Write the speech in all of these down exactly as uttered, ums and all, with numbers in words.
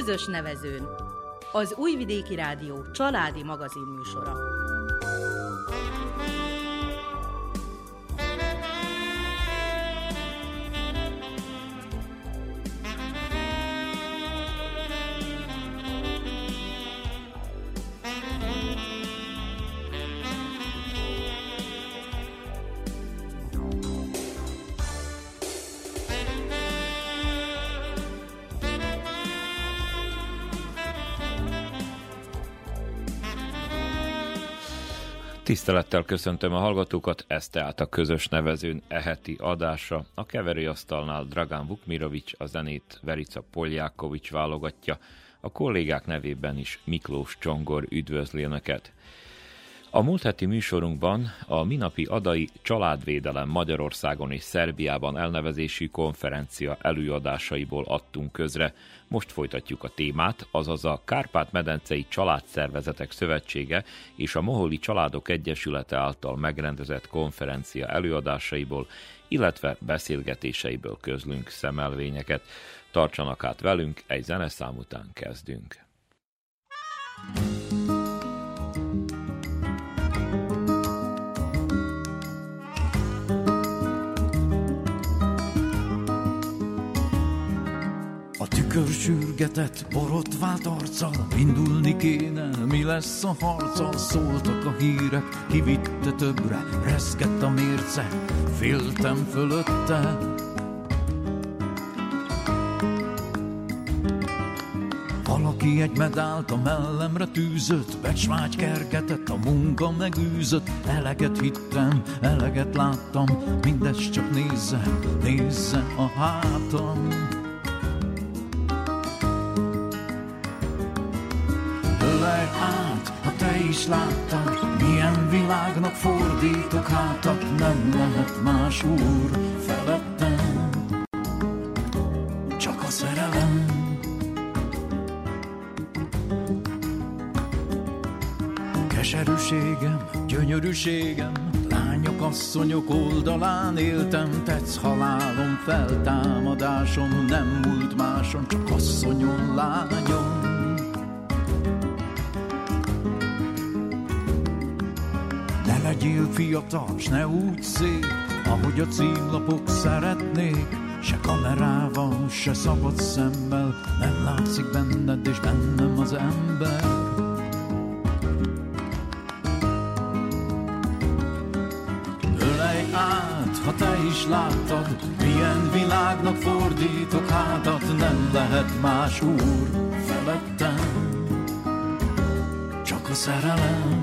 közös nevezőn. Az Újvidéki Rádió családi magazinműsora. Tisztelettel köszöntöm a hallgatókat, ez tehát a közös nevezőn e heti adása. A keverőasztalnál Dragán Vukmirovics, a zenét Verica Poljákovics válogatja, a kollégák nevében is Miklós Csongor üdvözli önöket. A múlt heti műsorunkban a minapi adai Családvédelem Magyarországon és Szerbiában elnevezésű konferencia előadásaiból adtunk közre. Most folytatjuk a témát, azaz a Kárpát-medencei Családszervezetek Szövetsége és a Moholi Családok Egyesülete által megrendezett konferencia előadásaiból, illetve beszélgetéseiből közlünk szemelvényeket. Tartsanak át velünk, egy zeneszám után kezdünk. Körsürgetett, borotvált arccal, indulni kéne, mi lesz a harccal. Szóltak a hírek, kivitte többre, reszkett a mérce, féltem fölötte. Valaki egy medált a mellemre tűzött, becsvágy kergetett, a munka megűzött. Eleget hittem, eleget láttam, mindezt csak nézze, nézze a hátam. Ölej át, ha te is láttad, milyen világnak fordítok hátat. Nem lehet más úr felettem, csak a szerelem. Keserűségem, gyönyörűségem, lányok, asszonyok oldalán éltem. Tetsz halálom, feltámadásom, nem múlt máson, csak asszonyon, lányom. Ne legyél fiatal, s ne úgy szép, ahogy a címlapok szeretnék. Se kamerával, se szabad szemmel, nem látszik benned és bennem az ember. Ölej át, ha te is láttad, milyen világnak fordítok hátat. Nem lehet más úr felettem, csak a szerelem.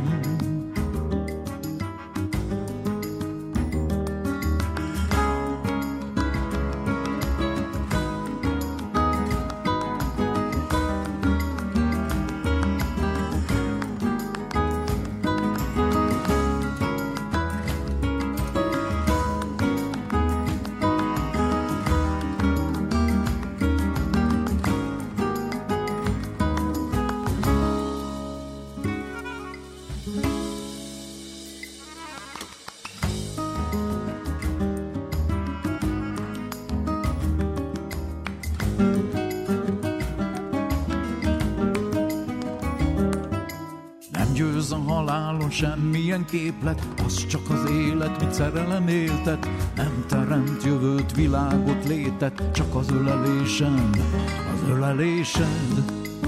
Semmilyen képlet, az csak az élet, mit szerelem éltet. Nem teremt jövőt, világot, létet, csak az ölelésem, az ölelésed.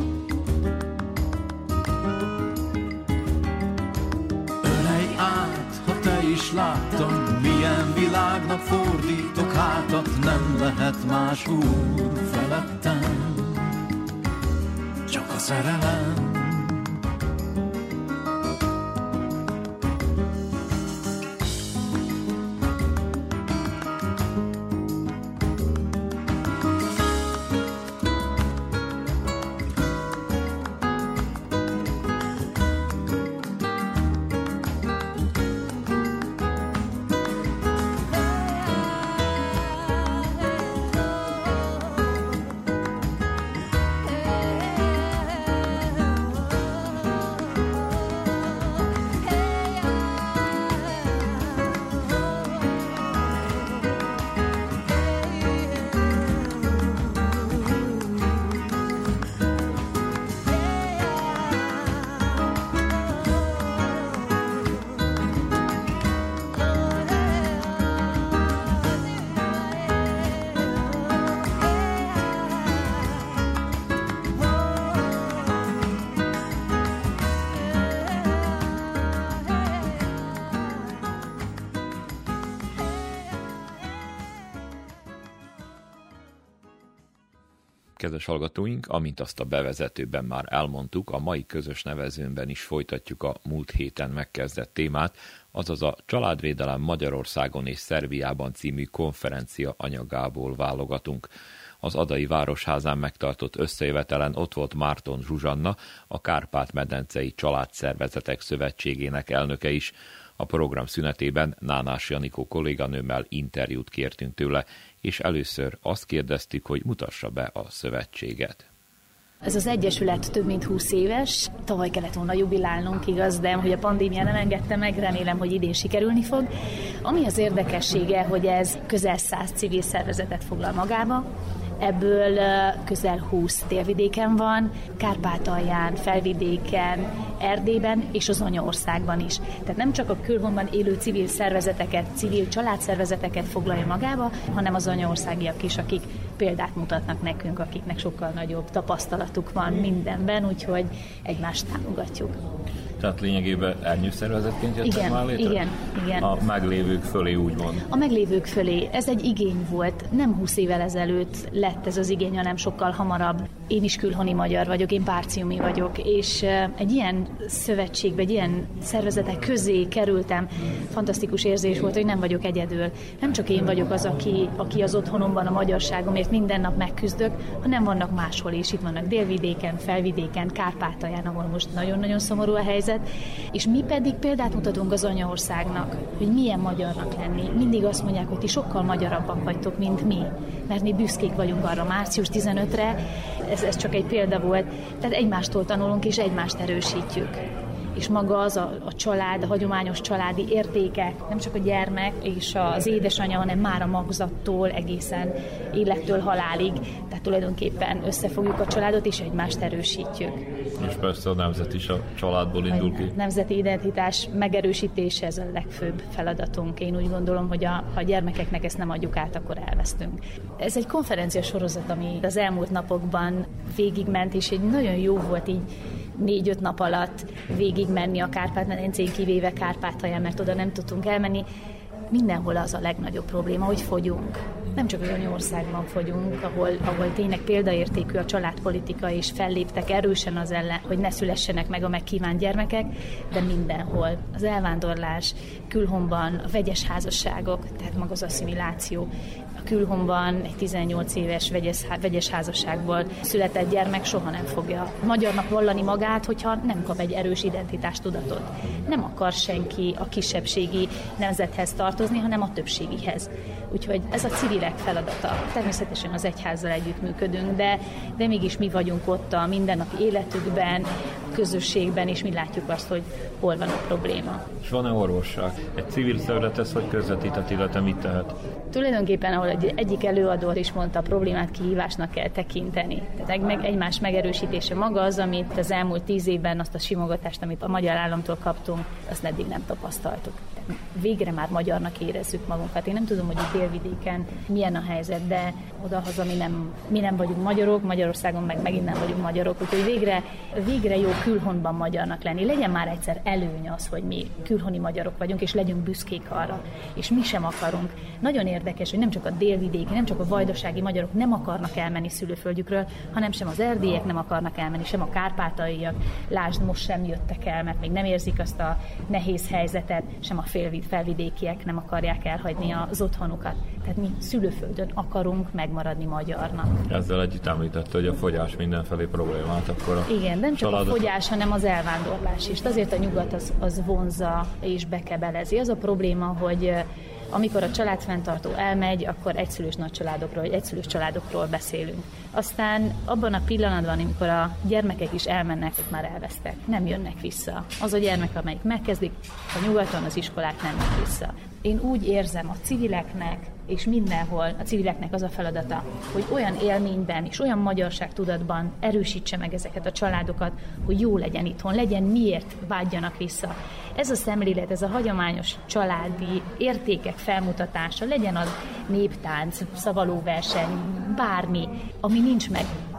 Ölej át, ha te is láttad, milyen világnak fordítok hátat. Nem lehet más úr felettem, csak a szerelem. Kedves hallgatóink, amint azt a bevezetőben már elmondtuk, a mai közös nevezőnben is folytatjuk a múlt héten megkezdett témát, azaz a Családvédelem Magyarországon és Szerbiában című konferencia anyagából válogatunk. Az Adai Városházán megtartott összejövetelen ott volt Márton Zsuzsanna, a Kárpát-medencei Családszervezetek Szövetségének elnöke is. A program szünetében Nánás Janikó kolléganőmmel interjút kértünk tőle, és először azt kérdeztük, hogy mutassa be a szövetséget. Ez az egyesület több mint húsz éves, tavaly kellett volna jubilálnunk, igaz, de hogy a pandémia nem engedte meg, remélem, hogy idén sikerülni fog. Ami az érdekessége, hogy ez közel száz civil szervezetet foglal magába, ebből közel húsz délvidéken van, Kárpátalján, Felvidéken, Erdélyben és az anyaországban is. Tehát nem csak a külhonban élő civil szervezeteket, civil családszervezeteket foglalja magába, hanem az anyaországiak is, akik példát mutatnak nekünk, akiknek sokkal nagyobb tapasztalatuk van mindenben, úgyhogy egymást támogatjuk. Tehát lényegében ernyőszervezetként jöttek már létre? Igen, igen. A meglévők fölé úgymond. A meglévők fölé. Ez egy igény volt. Nem húsz évvel ezelőtt lett ez az igény, hanem sokkal hamarabb. Én is külhoni magyar vagyok, én párciumi vagyok, és egy ilyen szövetségbe, egy ilyen szervezetek közé kerültem. Fantasztikus érzés volt, hogy nem vagyok egyedül. Nem csak én vagyok az, aki, aki az otthonomban a magyarságomért minden nap megküzdök, hanem vannak máshol is. Itt vannak Délvidéken, Felvidéken, Kárpátalján, ahol most nagyon-nagyon szomorú a helyzet. És mi pedig példát mutatunk az anyaországnak, hogy milyen magyarnak lenni. Mindig azt mondják, hogy ti sokkal magyarabbak vagytok, mint mi, mert mi büszkék vagyunk arra március tizenötödikére, ez, ez csak egy példa volt, tehát egymástól tanulunk és egymást erősítjük. És maga az a, a család, a hagyományos családi értékek, nem csak a gyermek és az édesanyja, hanem már a magzattól egészen élettől halálig. Tehát tulajdonképpen összefogjuk a családot és egymást erősítjük. És persze a nemzet is a családból indul ki. A nemzeti identitás megerősítése, ez a legfőbb feladatunk. Én úgy gondolom, hogy a, ha a gyermekeknek ezt nem adjuk át, akkor elvesztünk. Ez egy konferencia sorozat, ami az elmúlt napokban végigment, és egy nagyon jó volt így négy-öt nap alatt végigmenni a Kárpát-medencén, kivéve Kárpátalján, mert oda nem tudtunk elmenni. Mindenhol az a legnagyobb probléma, hogy fogyunk. Nem csak az anyaországban fogyunk, ahol, ahol tényleg példaértékű a családpolitika, és felléptek erősen az ellen, hogy ne szülessenek meg a megkívánt gyermekek, de mindenhol. Az elvándorlás, külhonban, a vegyes házasságok, tehát maga az asszimiláció. A külhonban egy tizennyolc éves vegyes, vegyes házasságból született gyermek soha nem fogja magyarnak vallani magát, hogyha nem kap egy erős identitástudatot. Nem akar senki a kisebbségi nemzethez tartozni, hanem a többségihez. Úgyhogy ez a civilek feladata. Természetesen az egyházzal együttműködünk, de, de mégis mi vagyunk ott a mindennapi életükben, a közösségben, és mi látjuk azt, hogy hol van a probléma. És van-e orvosság? Egy civil szervezet hogy közvetített, illetve mit tehet? Tulajdonképpen, ahol egy, egyik előadó is mondta, a problémát kihívásnak kell tekinteni. Tehát meg, egymás megerősítése maga az, amit az elmúlt tíz évben, azt a simogatást, amit a magyar államtól kaptunk, azt eddig nem tapasztaltuk. Végre már magyarnak érezzük magunkat. Én nem tudom, hogy itt Délvidéken milyen a helyzet, de odahaza mi nem, mi nem vagyunk magyarok, Magyarországon meg megint nem vagyunk magyarok, úgyhogy végre, végre jó külhonban magyarnak lenni. Legyen már egyszer előny az, hogy mi külhoni magyarok vagyunk, és legyünk büszkék arra. És mi sem akarunk. Nagyon érdekes, hogy nem csak a délvidéki, nem csak a vajdasági magyarok nem akarnak elmenni szülőföldjükről, hanem sem az erdélyek nem akarnak elmenni, sem a kárpátaljaiak. Lásd, most sem jöttek el, mert még nem érzik azt a nehéz helyzetet, sem a felvidékiek nem akarják elhagyni az otthonukat. Tehát mi szülőföldön akarunk megmaradni magyarnak. Ezzel együtt említette, hogy a fogyás mindenfelé problémát, akkor a igen, nem csak családok... a fogyás, hanem az elvándorlás is. Azért a nyugat az, az vonzza és bekebelezi. Az a probléma, hogy amikor a családfenntartó elmegy, akkor egyszülős nagycsaládokról, vagy egyszülős családokról beszélünk. Aztán abban a pillanatban, amikor a gyermekek is elmennek, ott már elvesztek. Nem jönnek vissza. Az a gyermek, amelyik megkezdik, a nyugaton az iskolák nem jönnek vissza. Én úgy érzem, a civileknek és mindenhol a civileknek az a feladata, hogy olyan élményben és olyan magyarságtudatban erősítse meg ezeket a családokat, hogy jó legyen itthon, legyen miért vágyjanak vissza. Ez a szemlélet, ez a hagyományos családi értékek felmutatása, legyen az néptánc, szavalóverseny, bármi, ami nincs meg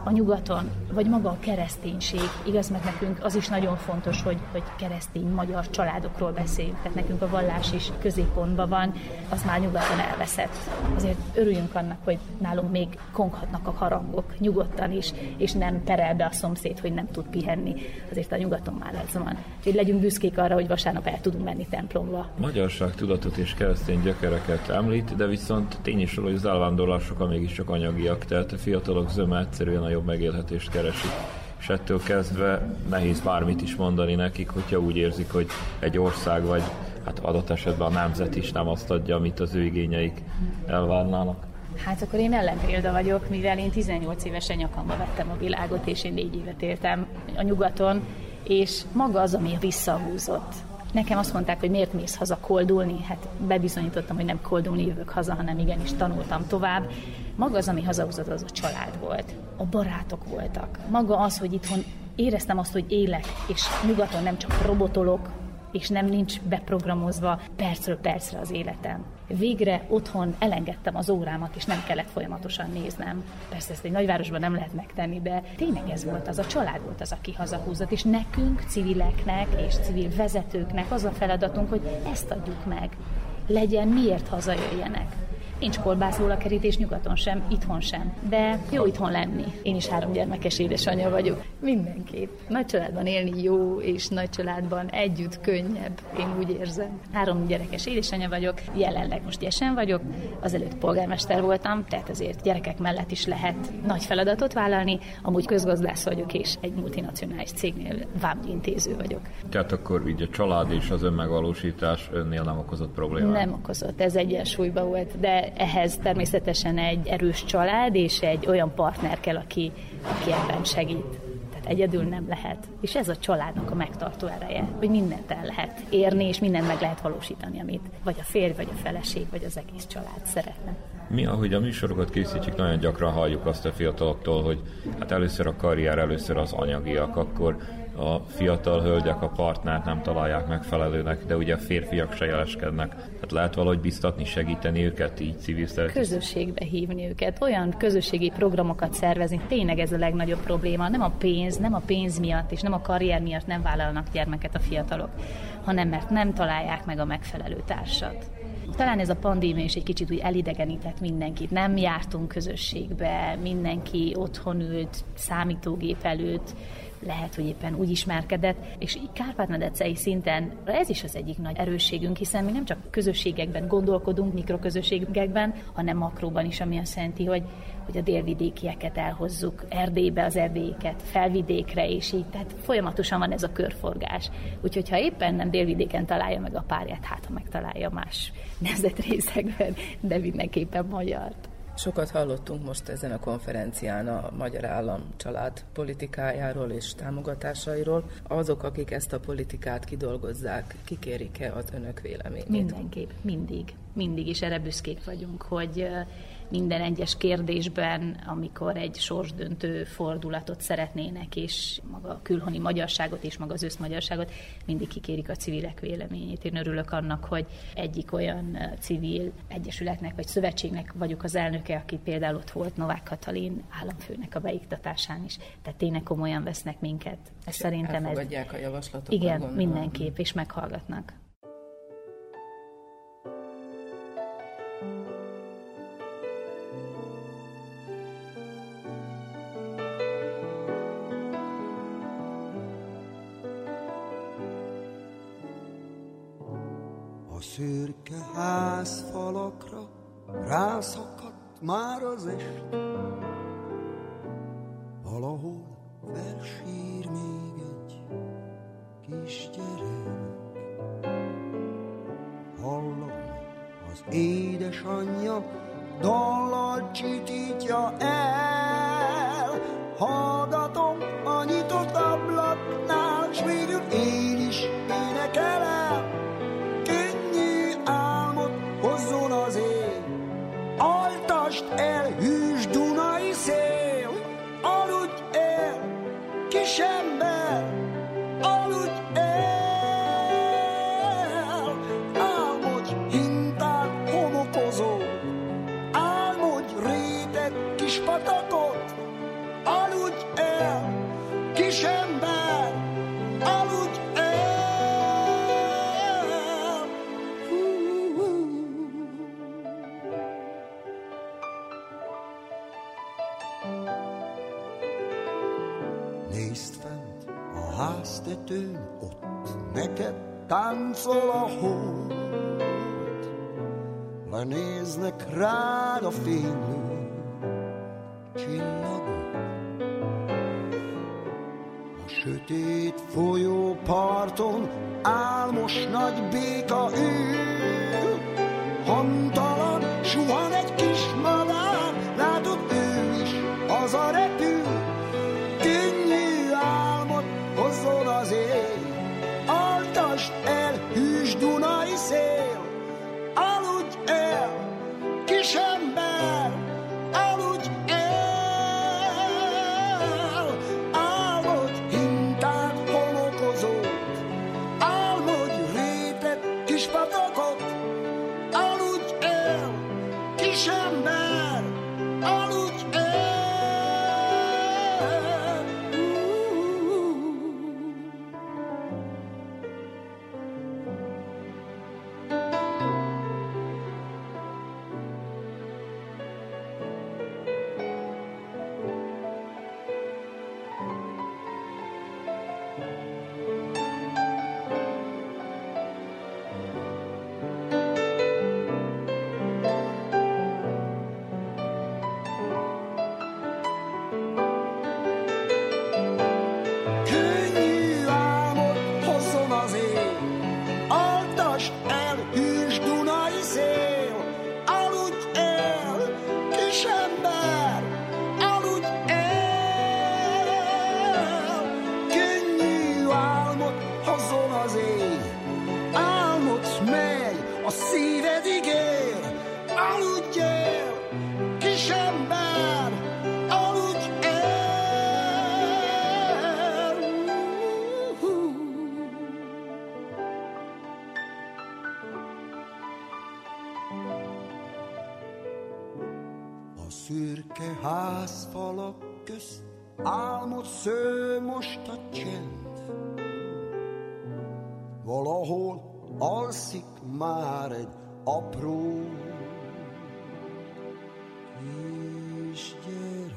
a nyugaton, vagy maga a kereszténység, igaz, meg nekünk az is nagyon fontos, hogy, hogy keresztény magyar családokról beszéljünk, tehát nekünk a vallás is középpontban van, az már nyugaton elveszett. Azért örüljünk annak, hogy nálunk még konghatnak a harangok nyugodtan is, és nem terel be a szomszéd, hogy nem tud pihenni. Azért a nyugaton már ez van. Úgyhogy legyünk büszkék arra, hogy vasárnap el tudunk menni templomba. Magyarság tudatot és keresztény gyökereket említ, de viszont tény is, hogy az elvándorlások mégiscsak anyagiak, tehát a fiatalok zöme egyszerűen a jobb megélhetést keresik. És ettől kezdve nehéz bármit is mondani nekik, hogyha úgy érzik, hogy egy ország vagy hát adott esetben a nemzet is nem azt adja, amit az ő igényeik elvárnának. Hát akkor én ellenpélda vagyok, mivel én tizennyolc évesen nyakamba vettem a világot, és én négy évet éltem a nyugaton, és maga az, ami visszahúzott. Nekem azt mondták, hogy miért mész haza koldulni, hát bebizonyítottam, hogy nem koldulni jövök haza, hanem igenis tanultam tovább. Maga az, ami hazahúzott, az a család volt, a barátok voltak. Maga az, hogy itthon éreztem azt, hogy élek, és nyugaton nem csak robotolok, és nem nincs beprogramozva percről percre az életem. Végre otthon elengedtem az órámat, és nem kellett folyamatosan néznem. Persze ezt egy nagyvárosban nem lehet megtenni, de tényleg ez volt az, a család volt az, aki hazahúzott, és nekünk, civileknek és civil vezetőknek az a feladatunk, hogy ezt adjuk meg. Legyen miért hazajöjjenek. Nincs kolbászólakerítés nyugaton sem, itthon sem, de jó itthon lenni. Én is három gyermekes édesanyja vagyok. Mindenképp. Nagy családban élni jó, és nagy családban együtt könnyebb, én úgy érzem. Három gyerekes édesanyja vagyok, jelenleg most gyesen vagyok, azelőtt polgármester voltam, tehát azért gyerekek mellett is lehet nagy feladatot vállalni. Amúgy közgazdász vagyok, és egy multinacionális cégnél vámintéző vagyok. Tehát akkor így a család és az önmegvalósítás önnél nem okozott problémát? Nem okozott, ez egyensúlyban volt, de ehhez természetesen egy erős család és egy olyan partner kell, aki, aki ebben segít. Tehát egyedül nem lehet. És ez a családnak a megtartó ereje, hogy mindent el lehet érni, és mindent meg lehet valósítani, amit vagy a férj, vagy a feleség, vagy az egész család szeretne. Mi, ahogy a műsorokat készítjük, nagyon gyakran halljuk azt a fiataloktól, hogy hát először a karrier, először az anyagiak, akkor a fiatal hölgyek a partnert nem találják megfelelőnek, de ugye a férfiak se jeleskednek. Tehát lehet valahogy biztatni, segíteni őket így civil szervezet? Közösségbe hívni őket, olyan közösségi programokat szervezni, tényleg ez a legnagyobb probléma. Nem a pénz, nem a pénz miatt és nem a karrier miatt nem vállalnak gyermeket a fiatalok, hanem mert nem találják meg a megfelelő társat. Talán ez a pandémia is egy kicsit úgy elidegenített mindenkit. Nem jártunk közösségbe, mindenki otthon ült, számítógép előtt, lehet, hogy éppen úgy ismerkedett, és Kárpát-medencei szinten ez is az egyik nagy erősségünk, hiszen mi nem csak közösségekben gondolkodunk, mikroközösségekben, hanem makróban is, ami azt jelenti, hogy, hogy a délvidékieket elhozzuk Erdélybe, az erdélyieket felvidékre, és így, tehát folyamatosan van ez a körforgás. Úgyhogy ha éppen nem délvidéken találja meg a párját, hát ha megtalálja más nemzetrészekben, de mindenképpen magyart. Sokat hallottunk most ezen a konferencián a magyar állam család politikájáról és támogatásairól. Azok, akik ezt a politikát kidolgozzák, kikérik-e az önök véleményét? Mindenképp, mindig. Mindig is erre büszkék vagyunk, hogy minden egyes kérdésben, amikor egy sorsdöntő fordulatot szeretnének, és maga a külhoni magyarságot és maga az őszmagyarságot, mindig kikérik a civilek véleményét. Én örülök annak, hogy egyik olyan civil egyesületnek vagy szövetségnek vagyok az elnöke, aki például ott volt Novák Katalin államfőnek a beiktatásán is. Tehát tényleg komolyan vesznek minket. Ez szerintem elfogadják ez... a javaslatokat. Igen, gondolom. mindenképp, és meghallgatnak. A szürke házfalakra rászakadt már az est, valahol felsír még egy kisgyerek. Hallom, az édesanyja dallal csitítja el, hallgatom a nyitott ablaknál, s végül én is énekelem. Hozzon az éj, altasd el, hűs dunai szél, aludj el, kisember, aludj el, álmodj hintán homokozó, álmodj réteg kis patakot, aludj háztetőn ott neked táncol a hold, lenéznek rád a fénylő csillagok. A sötét folyóparton álmos nagy béka ül, hontalan suhan egy kis madár, látod, ő is hazarepül. Könnyű álmot hozzon az éj, altasd el, hűs Dunai szél. Aludj el, kisember, aludj el, álmodj hintát, homokozót, álmodj rétett kis patakot. Aludj el, kisember, aludj el. Szürke házfalak közt álmod sző most a csend. Valahol alszik már egy apró kisgyerek.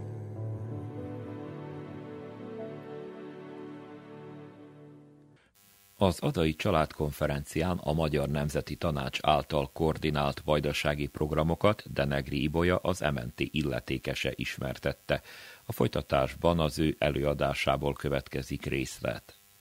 Az Adai Családkonferencián a Magyar Nemzeti Tanács által koordinált vajdasági programokat Denegri Ibolya, az em en té illetékese ismertette. A folytatásban az ő előadásából következik részlet.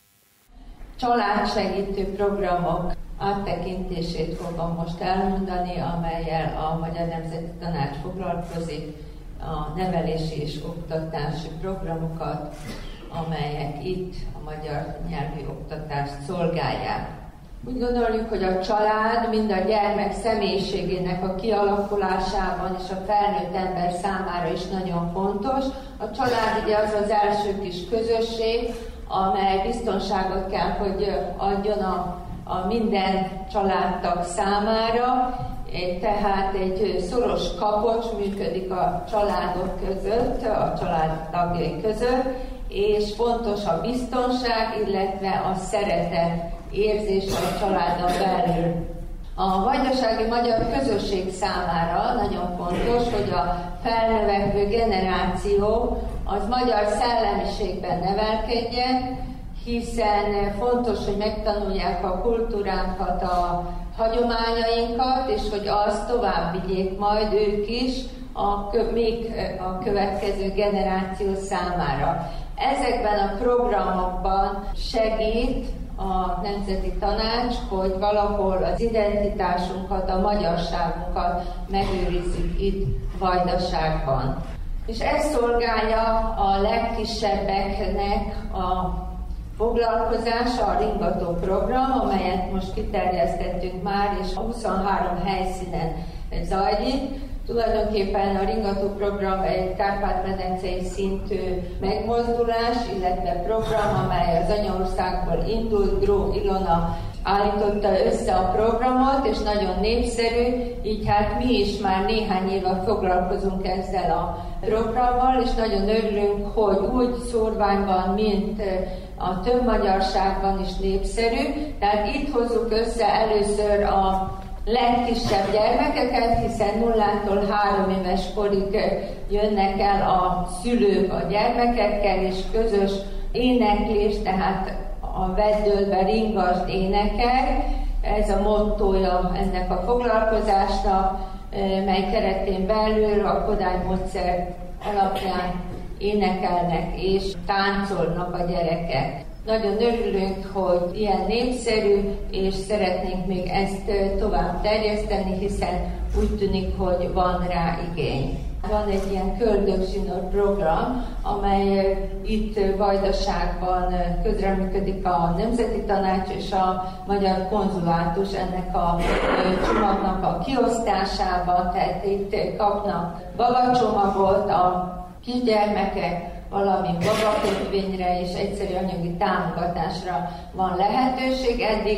Családsegítő programok áttekintését fogom most elmondani, amellyel a Magyar Nemzeti Tanács foglalkozik, a nevelési és oktatási programokat, amelyek itt a magyar nyelvi oktatást szolgálják. Úgy gondoljuk, hogy a család mind a gyermek személyiségének a kialakulásában és a felnőtt ember számára is nagyon fontos. A család ugye az az első kis közösség, amely biztonságot kell, hogy adjon a, a minden családtag számára, tehát egy szoros kapocs működik a családok között, a család tagjai között, és fontos a biztonság, illetve a szeretet érzése a családon belül. A vajdasági magyar közösség számára nagyon fontos, hogy a felnövekvő generáció az magyar szellemiségben nevelkedjen, hiszen fontos, hogy megtanulják a kultúránkat, a hagyományainkat, és hogy azt tovább vigyék majd ők is, a, még a következő generáció számára. Ezekben a programokban segít a Nemzeti Tanács, hogy valahol az identitásunkat, a magyarságunkat megőrizzük itt Vajdaságban. És ez szolgálja a legkisebbeknek a foglalkozása, a Ringató program, amelyet most kiterjesztettünk már, és huszonhárom helyszínen zajlik. Tulajdonképpen a Ringató program egy Kárpát-medencei szintű megmozdulás, illetve program, amely az anyaországból indult. Gró Ilona állította össze a programot, és nagyon népszerű, így hát mi is már néhány éve foglalkozunk ezzel a programmal, és nagyon örülünk, hogy úgy szórványban, mint a többmagyarságban is népszerű. Tehát itt hozzuk össze először a legkisebb gyermekeket, hiszen nullától három éves korig jönnek el a szülők a gyermekekkel, és közös éneklés, tehát a veddölbe ringasd énekel, ez a mottója ennek a foglalkozásnak, mely keretén belül a Kodály módszer alapján énekelnek és táncolnak a gyerekek. Nagyon örülünk, hogy ilyen népszerű, és szeretnénk még ezt tovább terjeszteni, hiszen úgy tűnik, hogy van rá igény. Van egy ilyen köldögzsinór program, amely itt Vajdaságban közreműködik a Nemzeti Tanács és a Magyar Konzulátus ennek a csomagnak a kiosztásában, tehát itt kapnak babacsomagot a kisgyermekek, valamint babakötvényre és egyszerű anyagi támogatásra van lehetőség. Eddig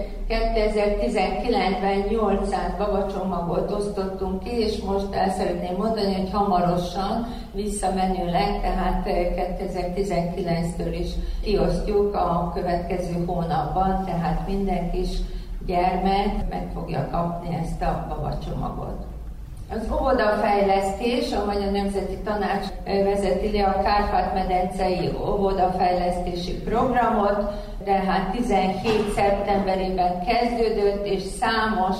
kétezer-tizenkilencben nyolcszáz babacsomagot osztottunk ki, és most el szeretném mondani, hogy hamarosan visszamenőleg, tehát kétezer-tizenkilenctől is kiosztjuk a következő hónapban, tehát minden kis gyermek meg fogja kapni ezt a babacsomagot. Az óvodafejlesztés, a Magyar Nemzeti Tanács vezeti le a Kárpát-medencei óvodafejlesztési programot, tehát tizenhét szeptemberében kezdődött, és számos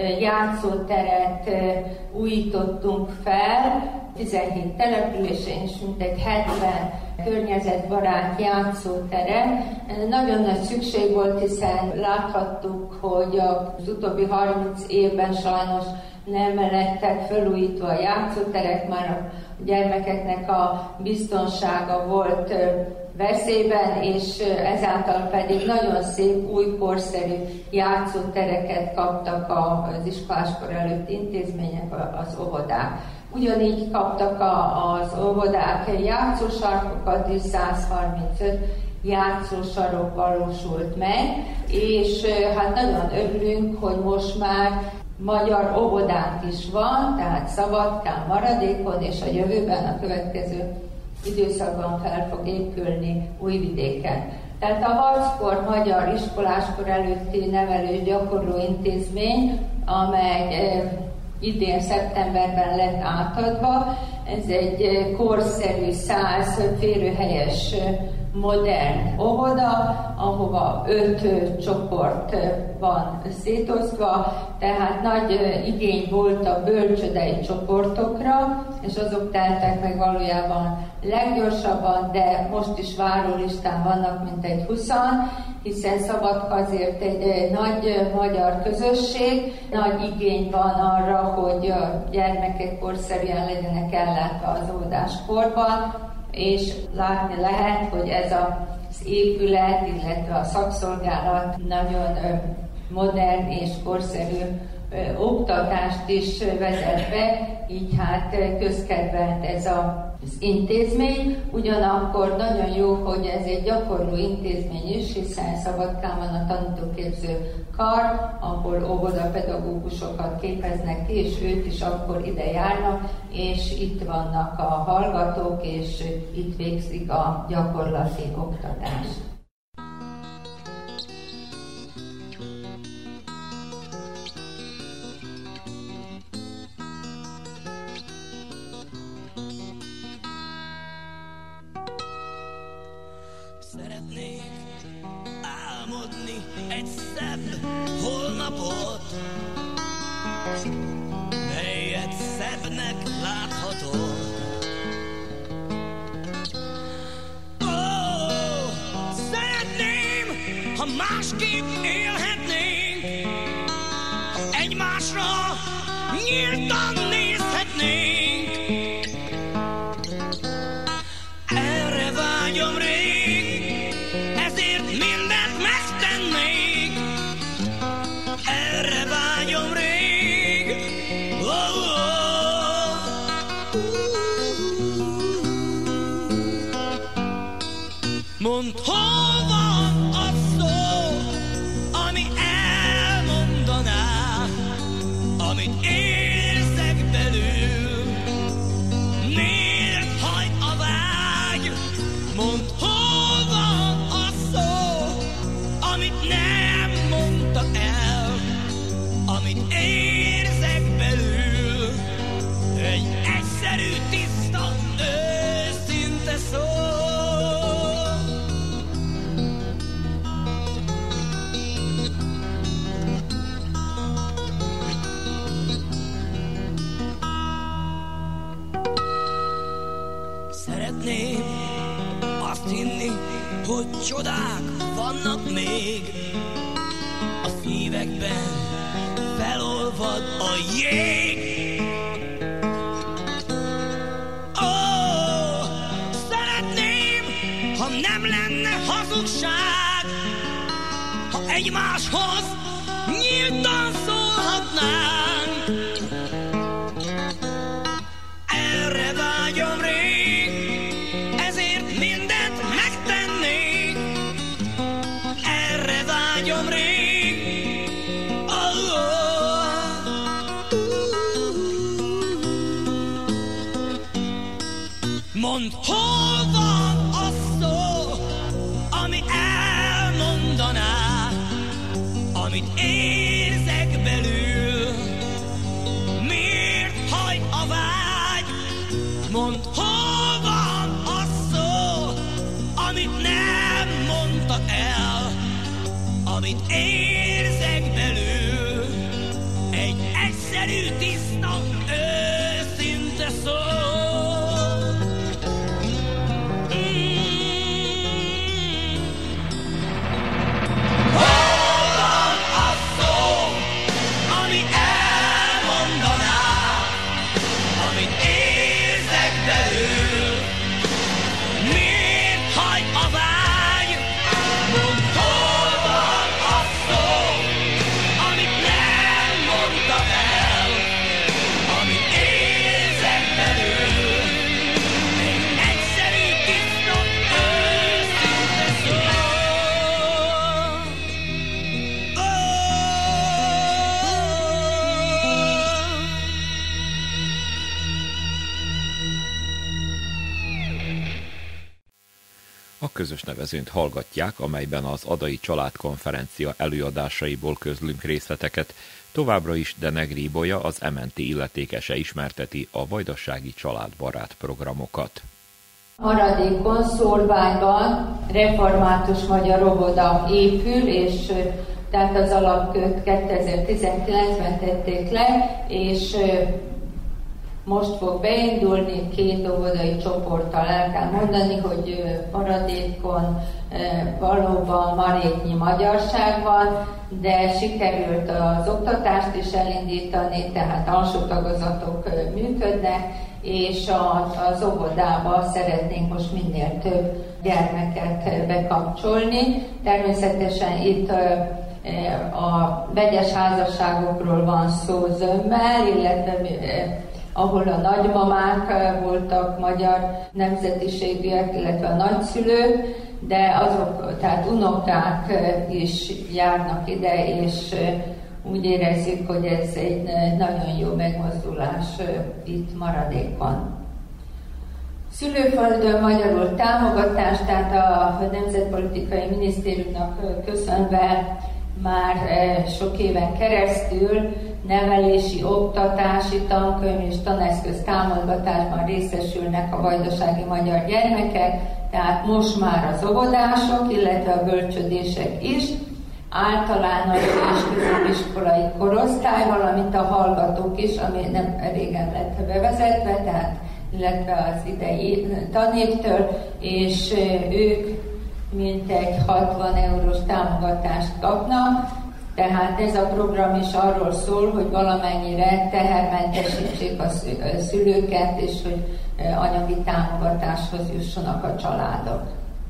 játszóteret újítottunk fel, tizenhét településen és mintegy hetven környezetbarát játszótere. Nagyon nagy szükség volt, hiszen láthattuk, hogy az utóbbi harminc évben sajnos nem lettek felújítva a játszóterek, már a gyermekeknek a biztonsága volt veszélyben, és ezáltal pedig nagyon szép, új korszerű játszótereket kaptak az iskoláskor előtt intézmények, az óvodák. Ugyanígy kaptak az óvodák játszósarkokat, és száz harmincöt játszósarok valósult meg, és hát nagyon örülünk, hogy most már magyar óvodánk is van, tehát Szabadkán, Maradékon, és a jövőben a következő időszakban fel fog épülni Újvidéken. Tehát a harckor magyar iskoláskor előtti nevelő gyakorló intézmény, amely idén szeptemberben lett átadva, ez egy korszerű, száz férőhelyes modern óvoda, ahova öt csoport van szétosztva, tehát nagy igény volt a bölcsődei csoportokra, és azok teltek meg valójában leggyorsabban, de most is várólistán vannak mintegy huszan, hiszen Szabadka azért egy nagy magyar közösség, nagy igény van arra, hogy a gyermekek korszerűen legyenek ellátva az óvodáskorban, és látni lehet, hogy ez az épület, illetve a szakszolgálat nagyon modern és korszerű oktatást is vezet be, így hát közkedvelt ez az intézmény. Ugyanakkor nagyon jó, hogy ez egy gyakorló intézmény is, hiszen Szabadkán van a tanítóképző kar, ahol óvodapedagógusokat képeznek ki, és ők is akkor ide járnak, és itt vannak a hallgatók, és itt végzik a gyakorlati oktatást. Szeretnék álmodni egy szebb holnapot, melyet szebbnek láthatod. Ó, szeretném, ha másképp élhetnénk, ha egymásra nyíltan nézhetnénk. Erre vágyom rég, ezért mindent megtennék. Erre vágyom rég. Oh, oh. Mondd, hol van a szó, ami elmondaná, amit érzek belül. Miért hajt a vágy? Mondd, hol van a szó, amit nem mondtak el, amit érzek belül. Egy egyszerű, tiszta, őszinte szó. Szeretném azt hinni, hogy csodák vannak még a szívekben, felolvad a jég. Ó, szeretném, ha nem lenne hazugság, ha egymáshoz nyíltan szólhatnánk. Erre vágyom rég, ezért mindent megtennék. Erre vágyom rég. Oh, oh. Mondd, hol van a szó, ami elmondaná, amit érzek belül. Miért hajt a vágy? Mondd, hol van a szó, amit nem mondtak el, amit érzek belül. Egy egyszerű, tiszta, őszinte szó. A közös nevezőnt hallgatják, amelyben az Adai Családkonferencia előadásaiból közlünk részleteket. Továbbra is Denegri Ibolya, az em en té illetékese ismerteti a vajdasági családbarát programokat. Maradékon, Szolványban református magyar óvoda épül, és tehát az alapkőt kétezer-tizenkilencben tették le, és most fog beindulni két óvodai csoporttal. El kell mondani, hogy Maradékon valóban maréknyi magyarság van, de sikerült az oktatást is elindítani, tehát alsó tagozatok működnek, és az óvodába szeretnénk most minél több gyermeket bekapcsolni. Természetesen itt a vegyes házasságokról van szó zömmel, illetve ahol a nagymamák voltak magyar nemzetiségűek, illetve a nagyszülők, de azok, tehát unokák is járnak ide, és úgy érezzük, hogy ez egy nagyon jó megmozdulás itt Maradékon. Szülőföldön magyarul támogatás, tehát a Nemzetpolitikai Minisztériumnak köszönve már sok éven keresztül nevelési, oktatási, tankönyv és taneszköz támogatásban részesülnek a vajdasági magyar gyermekek, tehát most már az óvodások, illetve a bölcsödések is, általános és középiskolai korosztály, valamint a hallgatók is, ami nem régen lett bevezetve, tehát illetve az idei tanévtől, és ők mintegy hatvan eurós támogatást kapnak, tehát ez a program is arról szól, hogy valamennyire tehermentesítsék a szülőket, és hogy anyagi támogatáshoz jussanak a családok.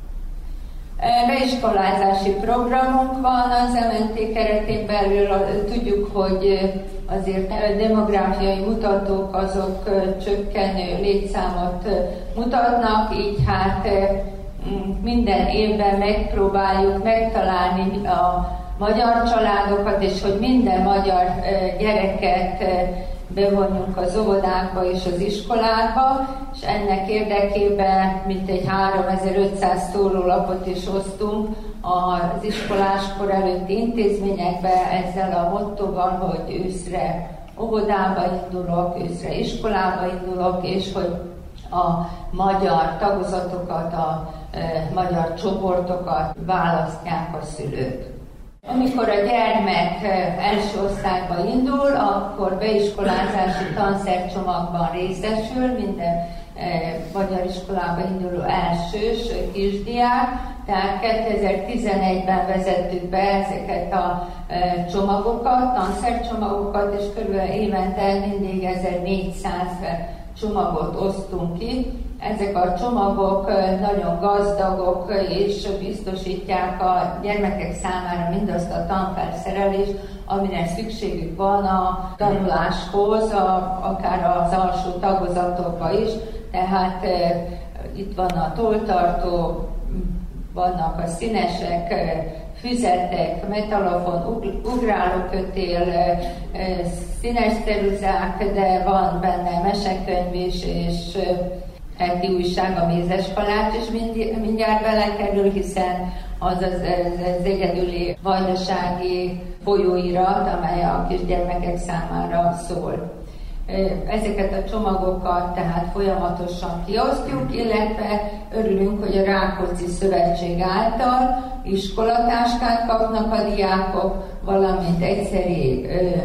Beiskolázási programunk van az em en té keretén belül, tudjuk, hogy azért a demográfiai mutatók azok csökkenő létszámot mutatnak, így hát minden évben megpróbáljuk megtalálni a magyar családokat, és hogy minden magyar gyereket bevonjunk az óvodákba és az iskolákba, és ennek érdekében mintegy háromezer-ötszáz szórólapot is osztunk az iskoláskor előtti intézményekbe ezzel a mottóval, hogy őszre óvodába indulok, őszre iskolába indulok, és hogy a magyar tagozatokat, a e, magyar csoportokat választják a szülők. Amikor a gyermek első osztályba indul, akkor beiskolázási tanszercsomagban részesül, minden magyar iskolába induló elsős kisdiák, tehát kétezer-tizenegyben vezettük be ezeket a csomagokat, tanszercsomagokat, és körülbelül évente mindig ezernégyszáz csomagot osztunk ki. Ezek a csomagok nagyon gazdagok, és biztosítják a gyermekek számára mindazt a tanfelszerelést, amire szükségük van a tanuláshoz, a, akár az alsó tagozatokba is. Tehát e, itt van a tolltartó, vannak a színesek, füzetek, metalofon, ugrálókötél, színes ceruzák, de van benne mesekönyv is, és heti újság, a mézeskalács is mindjárt belekerül, hiszen az az, az, az egyedüli vajdasági folyóirat, amely a kisgyermekek számára szól. Ezeket a csomagokat tehát folyamatosan kiosztjuk, illetve örülünk, hogy a Rákóczi Szövetség által iskolatáskát kapnak a diákok, valamint egyszeri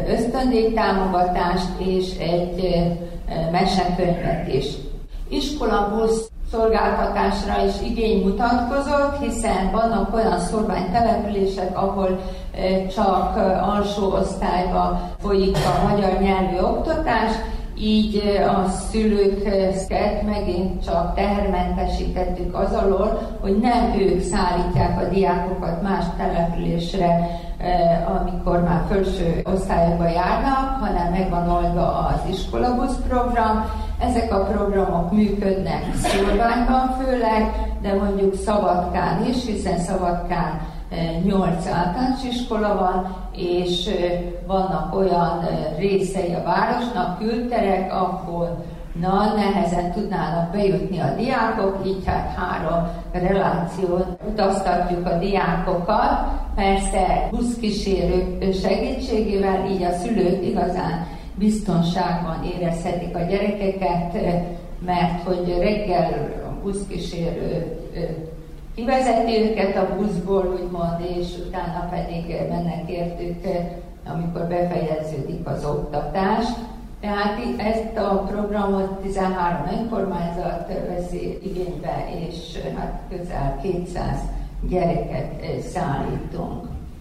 ösztöndíjtámogatást és egy mesekönyvet is. Iskolabusz szolgáltatásra is igény mutatkozott, hiszen vannak olyan szorványtelepülések, ahol csak alsó osztályba folyik a magyar nyelvű oktatás, így a szülőket megint csak tehermentesítettük az alól, hogy nem ők szállítják a diákokat más településre, amikor már felső osztályokba járnak, hanem meg van oldva az iskolabusz program. Ezek a programok működnek Szolványban főleg, de mondjuk Szabadkán is, hiszen Szabadkán nyolc általános iskola van, és vannak olyan részei a városnak, külterek, ahol na, nehezen tudnának bejutni a diákok, így hát három reláción utaztatjuk a diákokat, persze buszkísérők segítségével, így a szülők igazán biztonságban érezhetik a gyerekeket, mert hogy reggel a buszkísérő kivezeti őket a buszból, úgymond, és utána pedig mennek értük, amikor befejeződik az oktatás. Tehát ezt a programot tizenhárom önkormányzat veszi igénybe, és hát közel kétszáz gyereket szállítunk.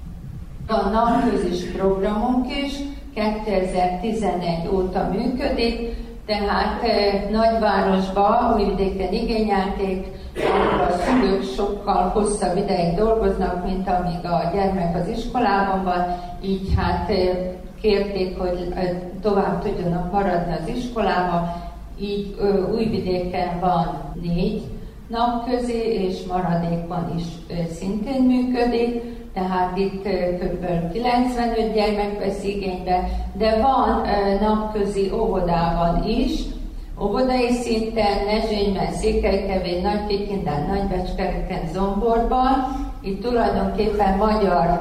A napközis programunk is kétezer-tizenegy óta működik, tehát nagyvárosban, Újvidéken igényelték, ahol a szülők sokkal hosszabb ideig dolgoznak, mint amíg a gyermek az iskolában van, így hát kérték, hogy tovább tudjanak maradni az iskolában, így Újvidéken van négy napközi, és maradékban is szintén működik, tehát itt kb. kilencvenöt gyermek vesz igénybe, de van napközi óvodában is, óvodai szinten, Nezsényben, Székelykevén, Nagykékinden, Nagybecskereken, Zomborban. Itt tulajdonképpen magyar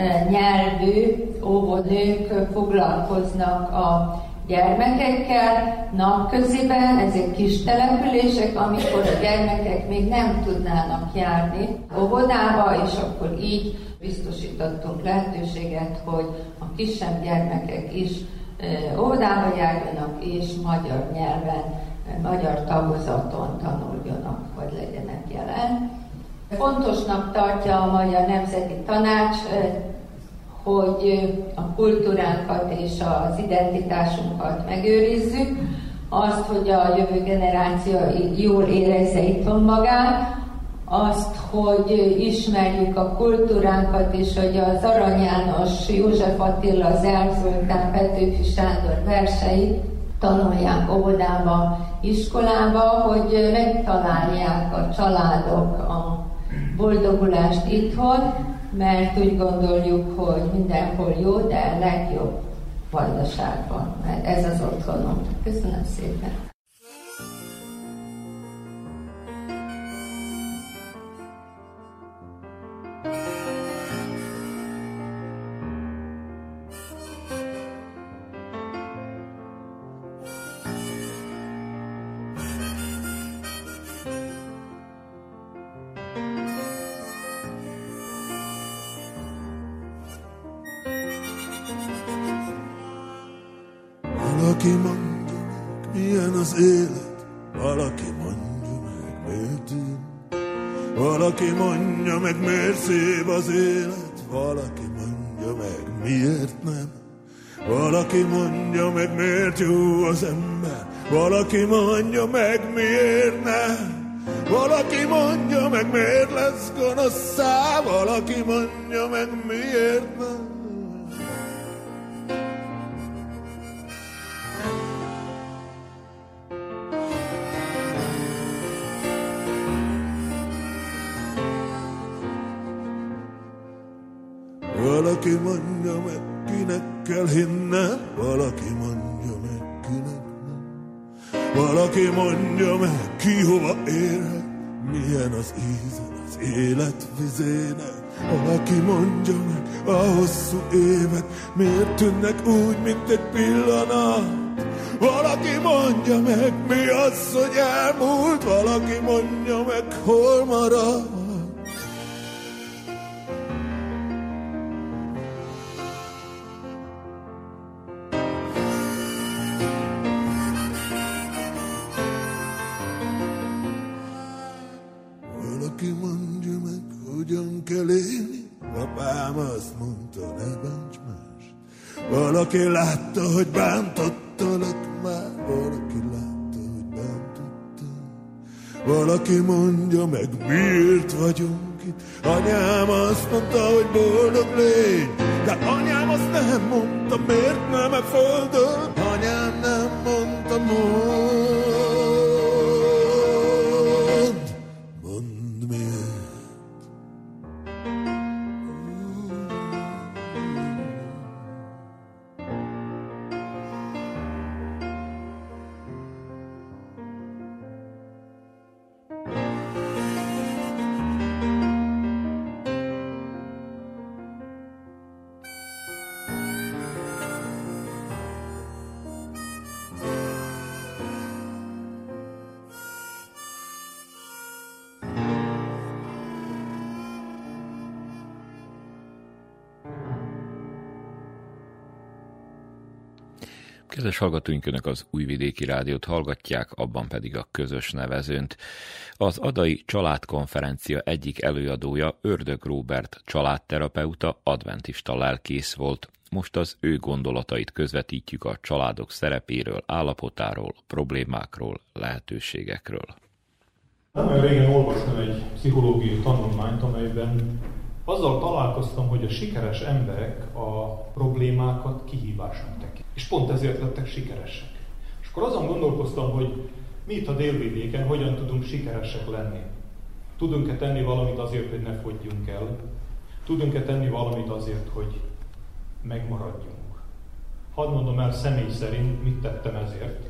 nyelvű óvodnők foglalkoznak a gyermekekkel napköziben, ezek kis települések, amikor a gyermekek még nem tudnának járni óvodába, és akkor így biztosítottunk lehetőséget, hogy a kisebb gyermekek is óvodába járjanak, és magyar nyelven, magyar tagozaton tanuljanak, vagy legyenek jelen. Fontosnak tartja a Magyar Nemzeti Tanács, hogy a kultúránkat és az identitásunkat megőrizzük, azt, hogy a jövő generáció jól érezze itthon magát, azt, hogy ismerjük a kultúránkat, és hogy az Arany János, József Attila, Zelk Zoltán, Petőfi Sándor verseit tanulják óvodába, iskolába, hogy megtalálják a családok a boldogulást itthon, mert úgy gondoljuk, hogy mindenhol jó, de legjobb Vajdaságban, mert ez az otthonunk. Köszönöm szépen! Valaki mondja, milyen az élet, valaki mondja meg, miért én. Valaki mondja meg, miért szép az élet, valaki mondja meg, miért nem. Valaki mondja meg, miért jó az ember, valaki mondja meg, miért nem. Valaki mondja meg, miért lesz gonoszszá, valaki mondja meg, miért nem. Valaki mondja meg, kinek kell hinnem, valaki mondja meg, kinek nem. Valaki mondja meg, ki hova érhet, milyen az íze az élet vizének. Valaki mondja meg, a hosszú évek miért tűnnek úgy, mint egy pillanat. Valaki mondja meg, mi az, hogy elmúlt, valaki mondja meg, hol marad. Valaki mondja meg, hogyan kell élni, apám azt mondta, ne bánts mást. Valaki látta, hogy bántottalak már, valaki látta, hogy bántottam. Valaki mondja meg, miért vagyunk itt. Anyám azt mondta, hogy boldog légy, de anyám azt nem mondta, miért nem a földön. Anyám nem mondta, mond. Kedves hallgatóink, önök az Újvidéki Rádiót hallgatják, abban pedig a közös nevezőnt. Az Adai Családkonferencia egyik előadója, Ördög Róbert családterapeuta, adventista lelkész volt. Most az ő gondolatait közvetítjük a családok szerepéről, állapotáról, problémákról, lehetőségekről. Nem olyan régen olvastam egy pszichológiai tanulmányt, amelyben azzal találkoztam, hogy a sikeres emberek a problémákat kihívásnak tekintik. És pont ezért lettek sikeresek. És akkor azon gondolkoztam, hogy mi itt a Délvidéken hogyan tudunk sikeresek lenni. Tudunk-e tenni valamit azért, hogy ne fogyjunk el? Tudunk-e tenni valamit azért, hogy megmaradjunk? Hadd mondom el személy szerint, mit tettem ezért.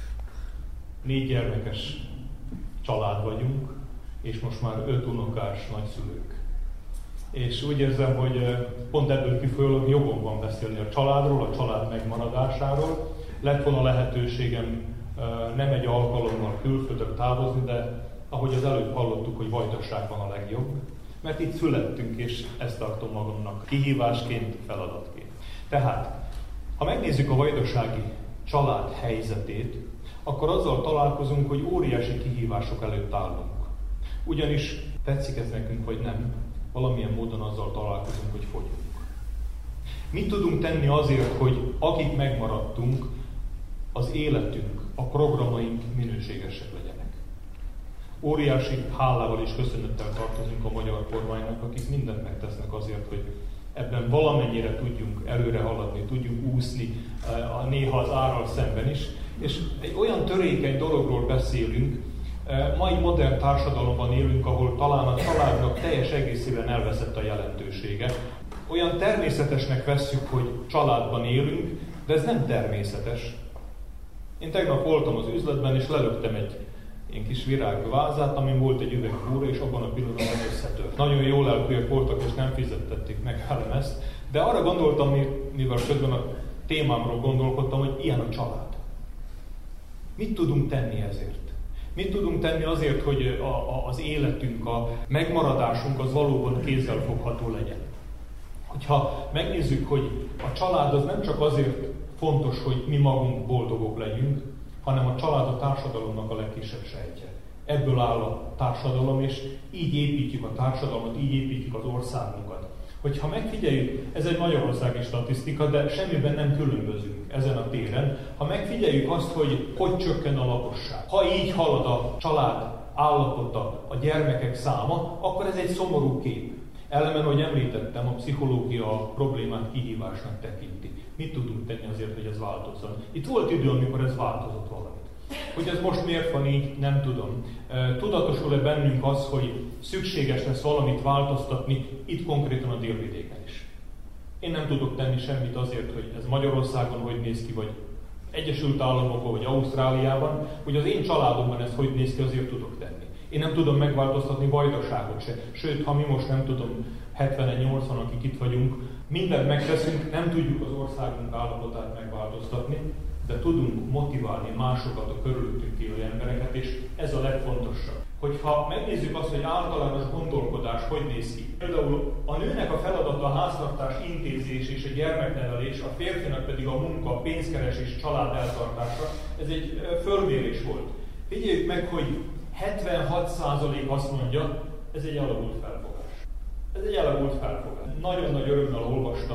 Négy gyermekes család vagyunk, és most már öt unokás nagyszülők. És úgy érzem, hogy pont ebből kifolyólag jogom van beszélni a családról, a család megmaradásáról. Lett volna lehetőségem nem egy alkalommal külföldre távozni, de ahogy az előbb hallottuk, hogy Vajdaság van a legjobb. Mert itt születtünk, és ezt tartom magamnak kihívásként, feladatként. Tehát, ha megnézzük a vajdasági család helyzetét, akkor azzal találkozunk, hogy óriási kihívások előtt állunk. Ugyanis tetszik ez nekünk, vagy nem, valamilyen módon azzal találkozunk, hogy fogyunk. Mit tudunk tenni azért, hogy akik megmaradtunk, az életünk, a programaink minőségesek legyenek? Óriási hálával és köszönettel tartozunk a magyar kormánynak, akik mindent megtesznek azért, hogy ebben valamennyire tudjunk előre haladni, tudjunk úszni, néha az árral szemben is. És egy olyan törékeny dologról beszélünk, mai modern társadalomban élünk, ahol talán a családnak teljes egészében elveszett a jelentősége. Olyan természetesnek vesszük, hogy családban élünk, de ez nem természetes. Én tegnap voltam az üzletben, és lelöktem egy ilyen kis virágvázát, amin volt egy üveg kúra, és abban a pillanatban összetört. Nagyon jó lelkűek voltak, és nem fizettették meg velem ezt, de arra gondoltam, mivel közben a témámról gondolkodtam, hogy ilyen a család. Mit tudunk tenni ezért? Mit tudunk tenni azért, hogy a, a, az életünk, a megmaradásunk az valóban kézzelfogható legyen? Hogyha megnézzük, hogy a család az nem csak azért fontos, hogy mi magunk boldogok legyünk, hanem a család a társadalomnak a legkisebb sejtje. Ebből áll a társadalom, és így építjük a társadalmat, így építjük az országunkat. Hogyha megfigyeljük, ez egy magyarországi statisztika, de semmiben nem különbözünk ezen a téren. Ha megfigyeljük azt, hogy hogy csökken a lakosság, ha így halad a család állapota, a gyermekek száma, akkor ez egy szomorú kép. Ellenben, ahogy említettem, a pszichológia a problémát kihívásnak tekinti. Mit tudunk tenni azért, hogy ez változzon? Itt volt idő, amikor ez változott valamit. Hogy ez most miért van így, nem tudom. Tudatosul-e bennünk az, hogy szükséges lesz valamit változtatni, itt konkrétan a délvidéken is. Én nem tudok tenni semmit azért, hogy ez Magyarországon hogy néz ki, vagy Egyesült Államokban, vagy Ausztráliában, hogy az én családomban ez hogy néz ki, azért tudok tenni. Én nem tudom megváltoztatni Vajdaságot se. Sőt, ha mi most nem tudom, hetvenen, nyolcvan, akik itt vagyunk, mindent megteszünk, nem tudjuk az országunk állapotát megváltoztatni, de tudunk motiválni másokat, a körülöttünk élő embereket, és ez a legfontosabb. Hogyha megnézzük azt, hogy általános gondolkodás hogy néz ki. Például a nőnek a feladata a háztartás intézés és a gyermeknevelés, a férfinak pedig a munka, a pénzkeresés, család eltartása, ez egy fölmérés volt. Figyeljük meg, hogy hetvenhat százalék azt mondja, ez egy elavult felfogás. Ez egy elavult felfogás. Nagyon nagy örömmel olvastam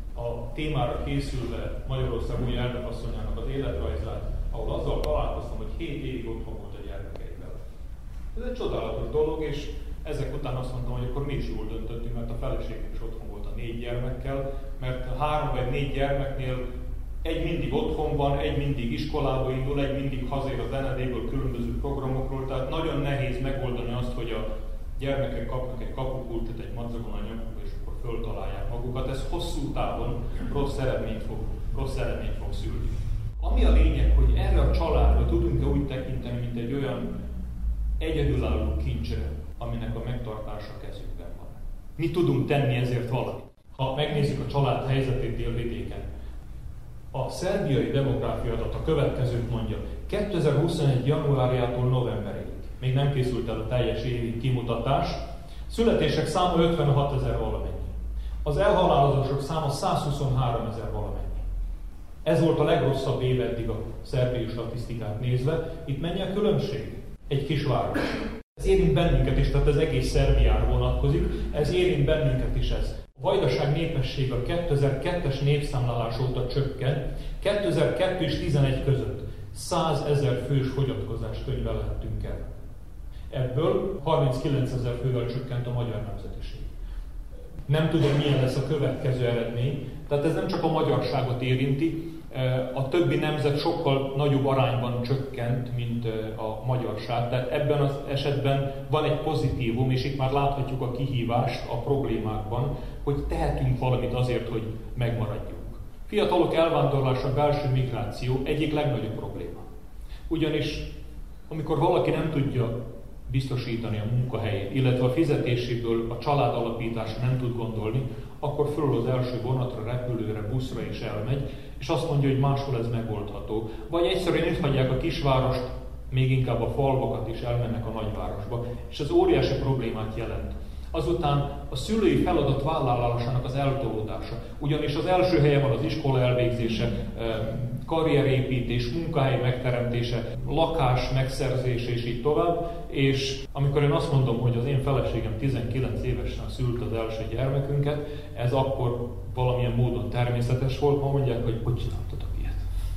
a témára készülve Magyarország új elnökasszonyának az életrajzát, ahol azzal találkoztam, hogy hét évig otthon volt a gyermekeivel. Ez egy csodálatos dolog, és ezek után azt mondtam, hogy akkor mi is jól döntöttünk, mert a feleségem is otthon volt a négy gyermekkel, mert három vagy négy gyermeknél egy mindig otthon van, egy mindig iskolába indul, egy mindig hazér a zenedéből, különböző programokról, tehát nagyon nehéz megoldani azt, hogy a gyermekek kapnak egy kapukulcsot, egy madzagon a nyakukba, és akkor föltalálják magukat. Ez hosszú távon rossz eredményt fog, rossz eredményt fog szülni. Ami a lényeg, hogy erre a családra tudunk-e úgy tekinteni, mint egy olyan egyedülálló kincsre, aminek a megtartása kezünkben van. Mi tudunk tenni ezért valamit. Ha megnézzük a család helyzetét délvidéken, a szerbiai demográfia adat a következőt mondja. kétezer-huszonegy. januárjától novemberig, még nem készült el a teljes évi kimutatás, születések száma ötvenhatezer valamennyi. Az elhalálozások száma százhuszonháromezer valamennyi. Ez volt a legrosszabb év eddig a szerbiai statisztikát nézve. Itt mennyi a különbség? Egy kisváros. Ez érint bennünket is, tehát az egész Szerbiára vonatkozik, ez érint bennünket is ez. A Vajdaság népessége a kétezer-kettes népszámlálás óta csökken, kétezer-kettő és tizenegy között százezer fős fogyatkozást könyvelhettünk el. Ebből harminckilencezer fővel csökkent a magyar nemzetiség. Nem tudom, milyen lesz a következő eredmény, tehát ez nem csak a magyarságot érinti, a többi nemzet sokkal nagyobb arányban csökkent, mint a magyarság. Tehát ebben az esetben van egy pozitívum, és itt már láthatjuk a kihívást a problémákban, hogy tehetünk valamit azért, hogy megmaradjunk. Fiatalok elvándorlása, belső migráció egyik legnagyobb probléma. Ugyanis amikor valaki nem tudja biztosítani a munkahelyét, illetve a fizetéséből a család alapításra nem tud gondolni, akkor fölül az első vonatra, repülőre, buszra is elmegy, és azt mondja, hogy máshol ez megoldható. Vagy egyszerűen itt hagyják a kisvárost, még inkább a falvakat is elmennek a nagyvárosba, és ez óriási problémát jelent. Azután a szülői feladat vállalásának az eltolódása. Ugyanis az első helyen van az iskola elvégzése, karrierépítés, munkahely megteremtése, lakás megszerzése és így tovább. És amikor én azt mondom, hogy az én feleségem tizenkilenc évesen szült az első gyermekünket, ez akkor valamilyen módon természetes volt, ma mondják, hogy hogy csináltatok ilyet.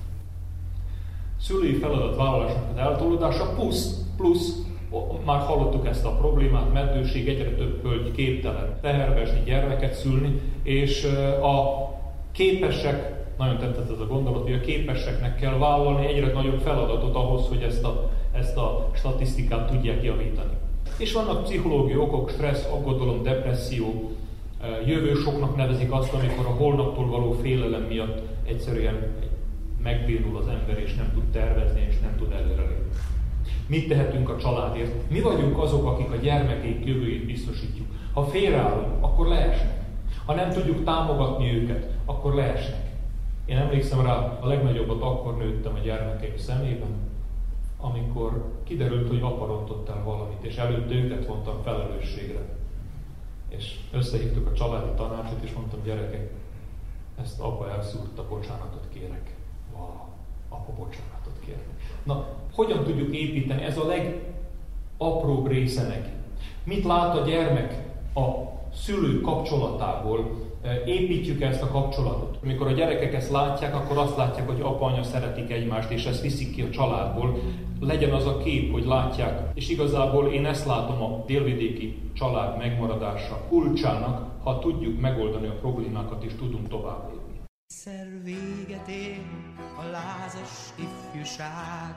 Szülői feladat vállalásának az eltolódása, plusz, plusz már hallottuk ezt a problémát, meddőség, egyre több hölgy képtelen teherbeesni, gyermeket szülni, és a képesek, nagyon tetszett ez a gondolat, hogy a képeseknek kell vállalni egyre nagyobb feladatot ahhoz, hogy ezt a, ezt a statisztikát tudják javítani. És vannak pszichológiai okok, stressz, aggodalom, depresszió, jövősoknak nevezik azt, amikor a holnaptól való félelem miatt egyszerűen megbénul az ember, és nem tud tervezni, és nem tud előrelépni. Mit tehetünk a családért? Mi vagyunk azok, akik a gyermekeik jövőjét biztosítjuk. Ha félreállunk, akkor leesnek. Ha nem tudjuk támogatni őket, akkor leesnek. Én emlékszem rá, a legnagyobbat akkor nőttem a gyermekeim szemében, amikor kiderült, hogy apa rontott el valamit, és előtte őket vontam felelősségre. És összehívtuk a családi tanácsot, és mondtam, gyerekek, ezt apa elszúrta, bocsánatot kérek. Wow, apa bocsánatot kérek. Na, hogyan tudjuk építeni? Ez a legapróbb része neki. Mit lát a gyermek a szülő kapcsolatából? Építjük ezt a kapcsolatot. Amikor a gyerekek ezt látják, akkor azt látják, hogy apa, anya szeretik egymást, és ezt viszik ki a családból. Legyen az a kép, hogy látják. És igazából én ezt látom a délvidéki család megmaradása kulcsának, ha tudjuk megoldani a problémákat, és tudunk tovább lépni. Egyszer véget ér a lázas ifjúság,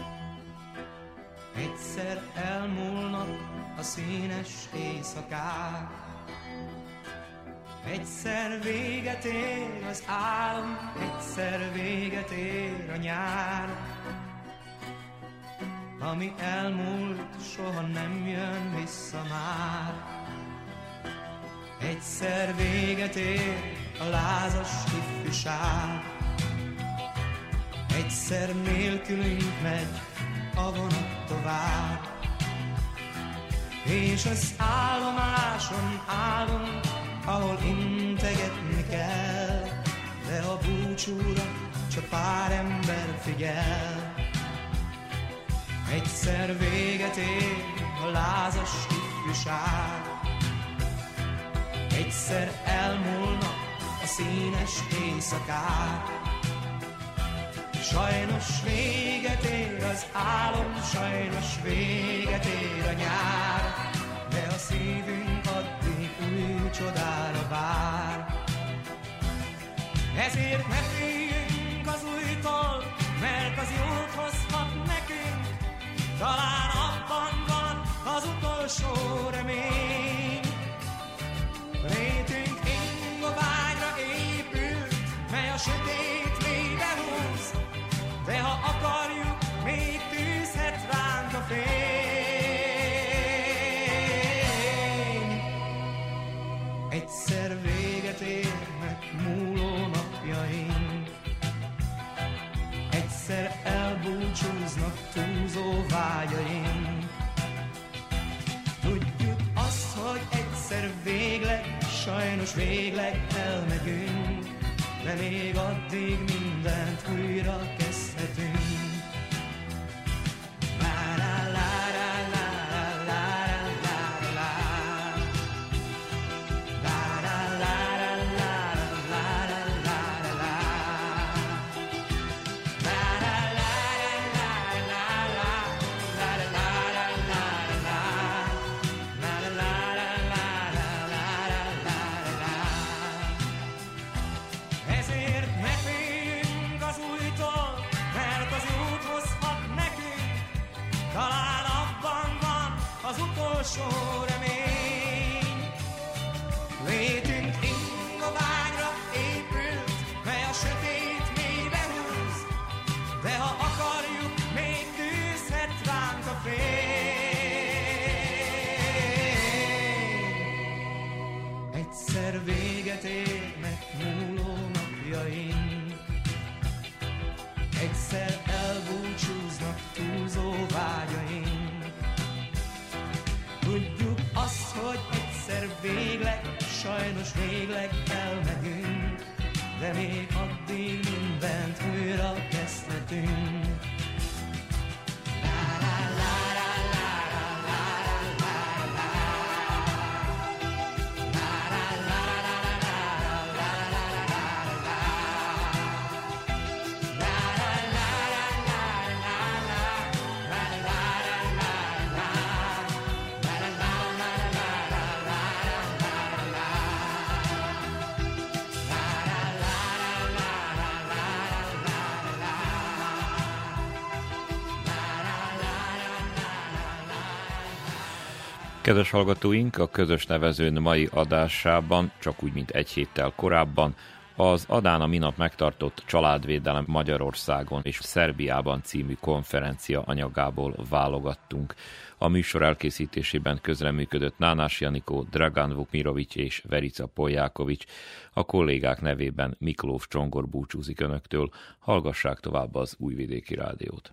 egyszer elmúlnak a színes éjszakák, egyszer véget ér az álom, egyszer véget ér a nyár. Ami elmúlt, soha nem jön vissza már. Egyszer véget ér a lázas ifjúság, egyszer nélkülünk megy a vonat tovább. És az állomáson állunk, ahol integetni kell, de a búcsúra csak pár ember figyel. Egyszer véget ér a lázas ifjúság, egyszer elmúlnak a színes éjszakák. Sajnos véget ér az álom, sajnos véget ér a nyár, de a szívünk addig új csodára vár. Ezért ne féljünk az újtól, mert az jót hozhat nekünk, talán abban van az utolsó remény. Létünk ingoványra épült, mely a sötét mélybe húz, de ha akarjuk, még tűzhet ránk a fény. Egyszer véget érnek múló napjaink, egyszer elbúcsúznak túlzó vágyaink. Tudjuk azt, hogy egyszer végleg, sajnos végleg elmegyünk, de még addig mindent újra kezdhetünk. Utolsó remény. Létünk ingoványra épült, mely a sötét mélybe húz, de ha akarjuk, még tűzhet ránk a fény. Egyszer véget érnek múló napjaink, egyszer elbúcsúznak túlzó vágyaink. Tudjuk azt, hogy egyszer végleg, sajnos végleg elmegyünk, de még addig mindent újra kezdhetünk. Kedves hallgatóink, a közös nevezőn mai adásában, csak úgy, mint egy héttel korábban, az Adán a minap megtartott Családvédelem Magyarországon és Szerbiában című konferencia anyagából válogattunk. A műsor elkészítésében közreműködött Nánás Janikó, Dragan Vukmirovics és Verica Poljákovics. A kollégák nevében Miklós Csongor búcsúzik önöktől. Hallgassák tovább az Újvidéki Rádiót.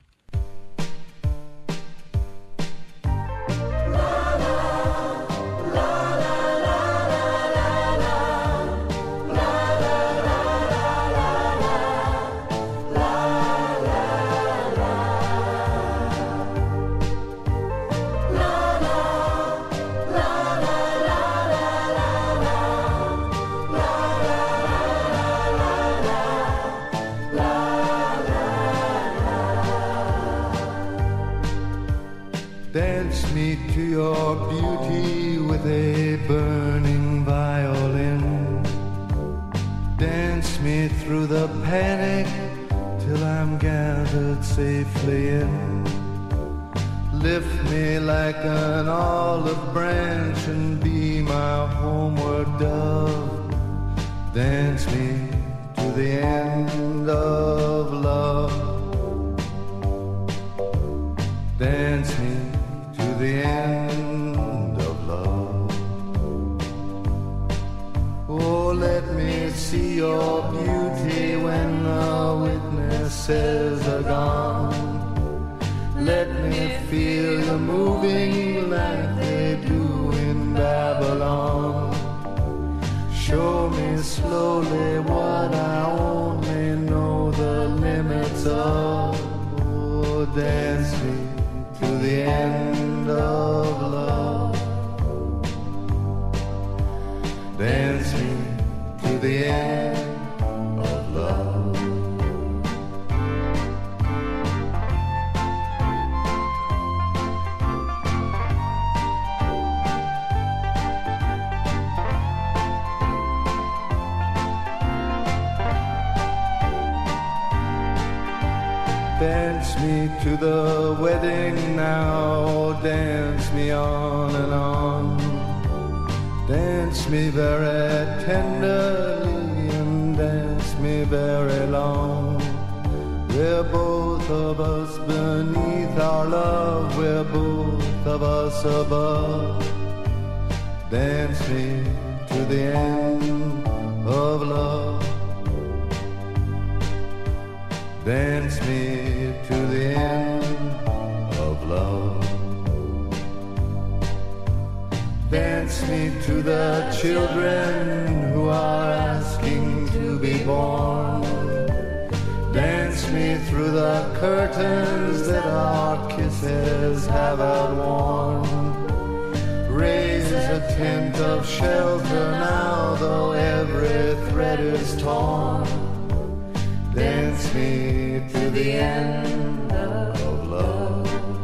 Dance me to your beauty with a burning violin. Dance me through the panic till I'm gathered safely in. Lift me like an olive branch and be my homeward dove. Dance me to the end of love. Dance me to the end of love. Oh, let me see your beauty when the witnesses are gone. Let me feel you moving like they do in Babylon. Show me slowly what I only know the limits of. Oh, dance me to the end of love. Dance me to the end of love. Dance me to the wedding now, dance me on and on. Dance me very tenderly and dance me very long. We're both of us beneath our love, we're both of us above. Dance me to the end of love. Dance me to the end of love. Dance me to the children who are asking to be born. Dance me through the curtains that our kisses have outworn. Raise a tent of shelter now, though every thread is torn. Dance me to the end of love.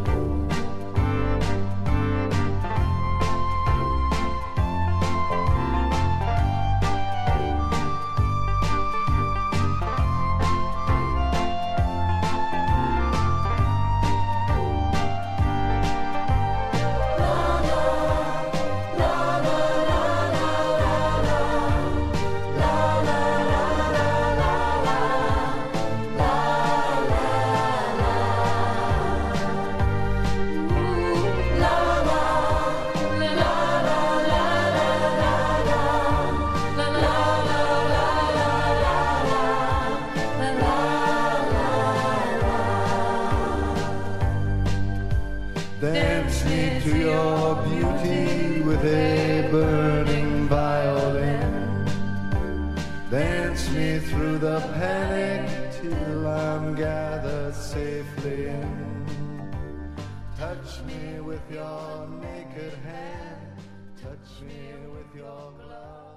Dance me to your beauty with a burning violin. Dance me through the panic till I'm gathered safely in. Touch me with your naked hand, touch me with your glove.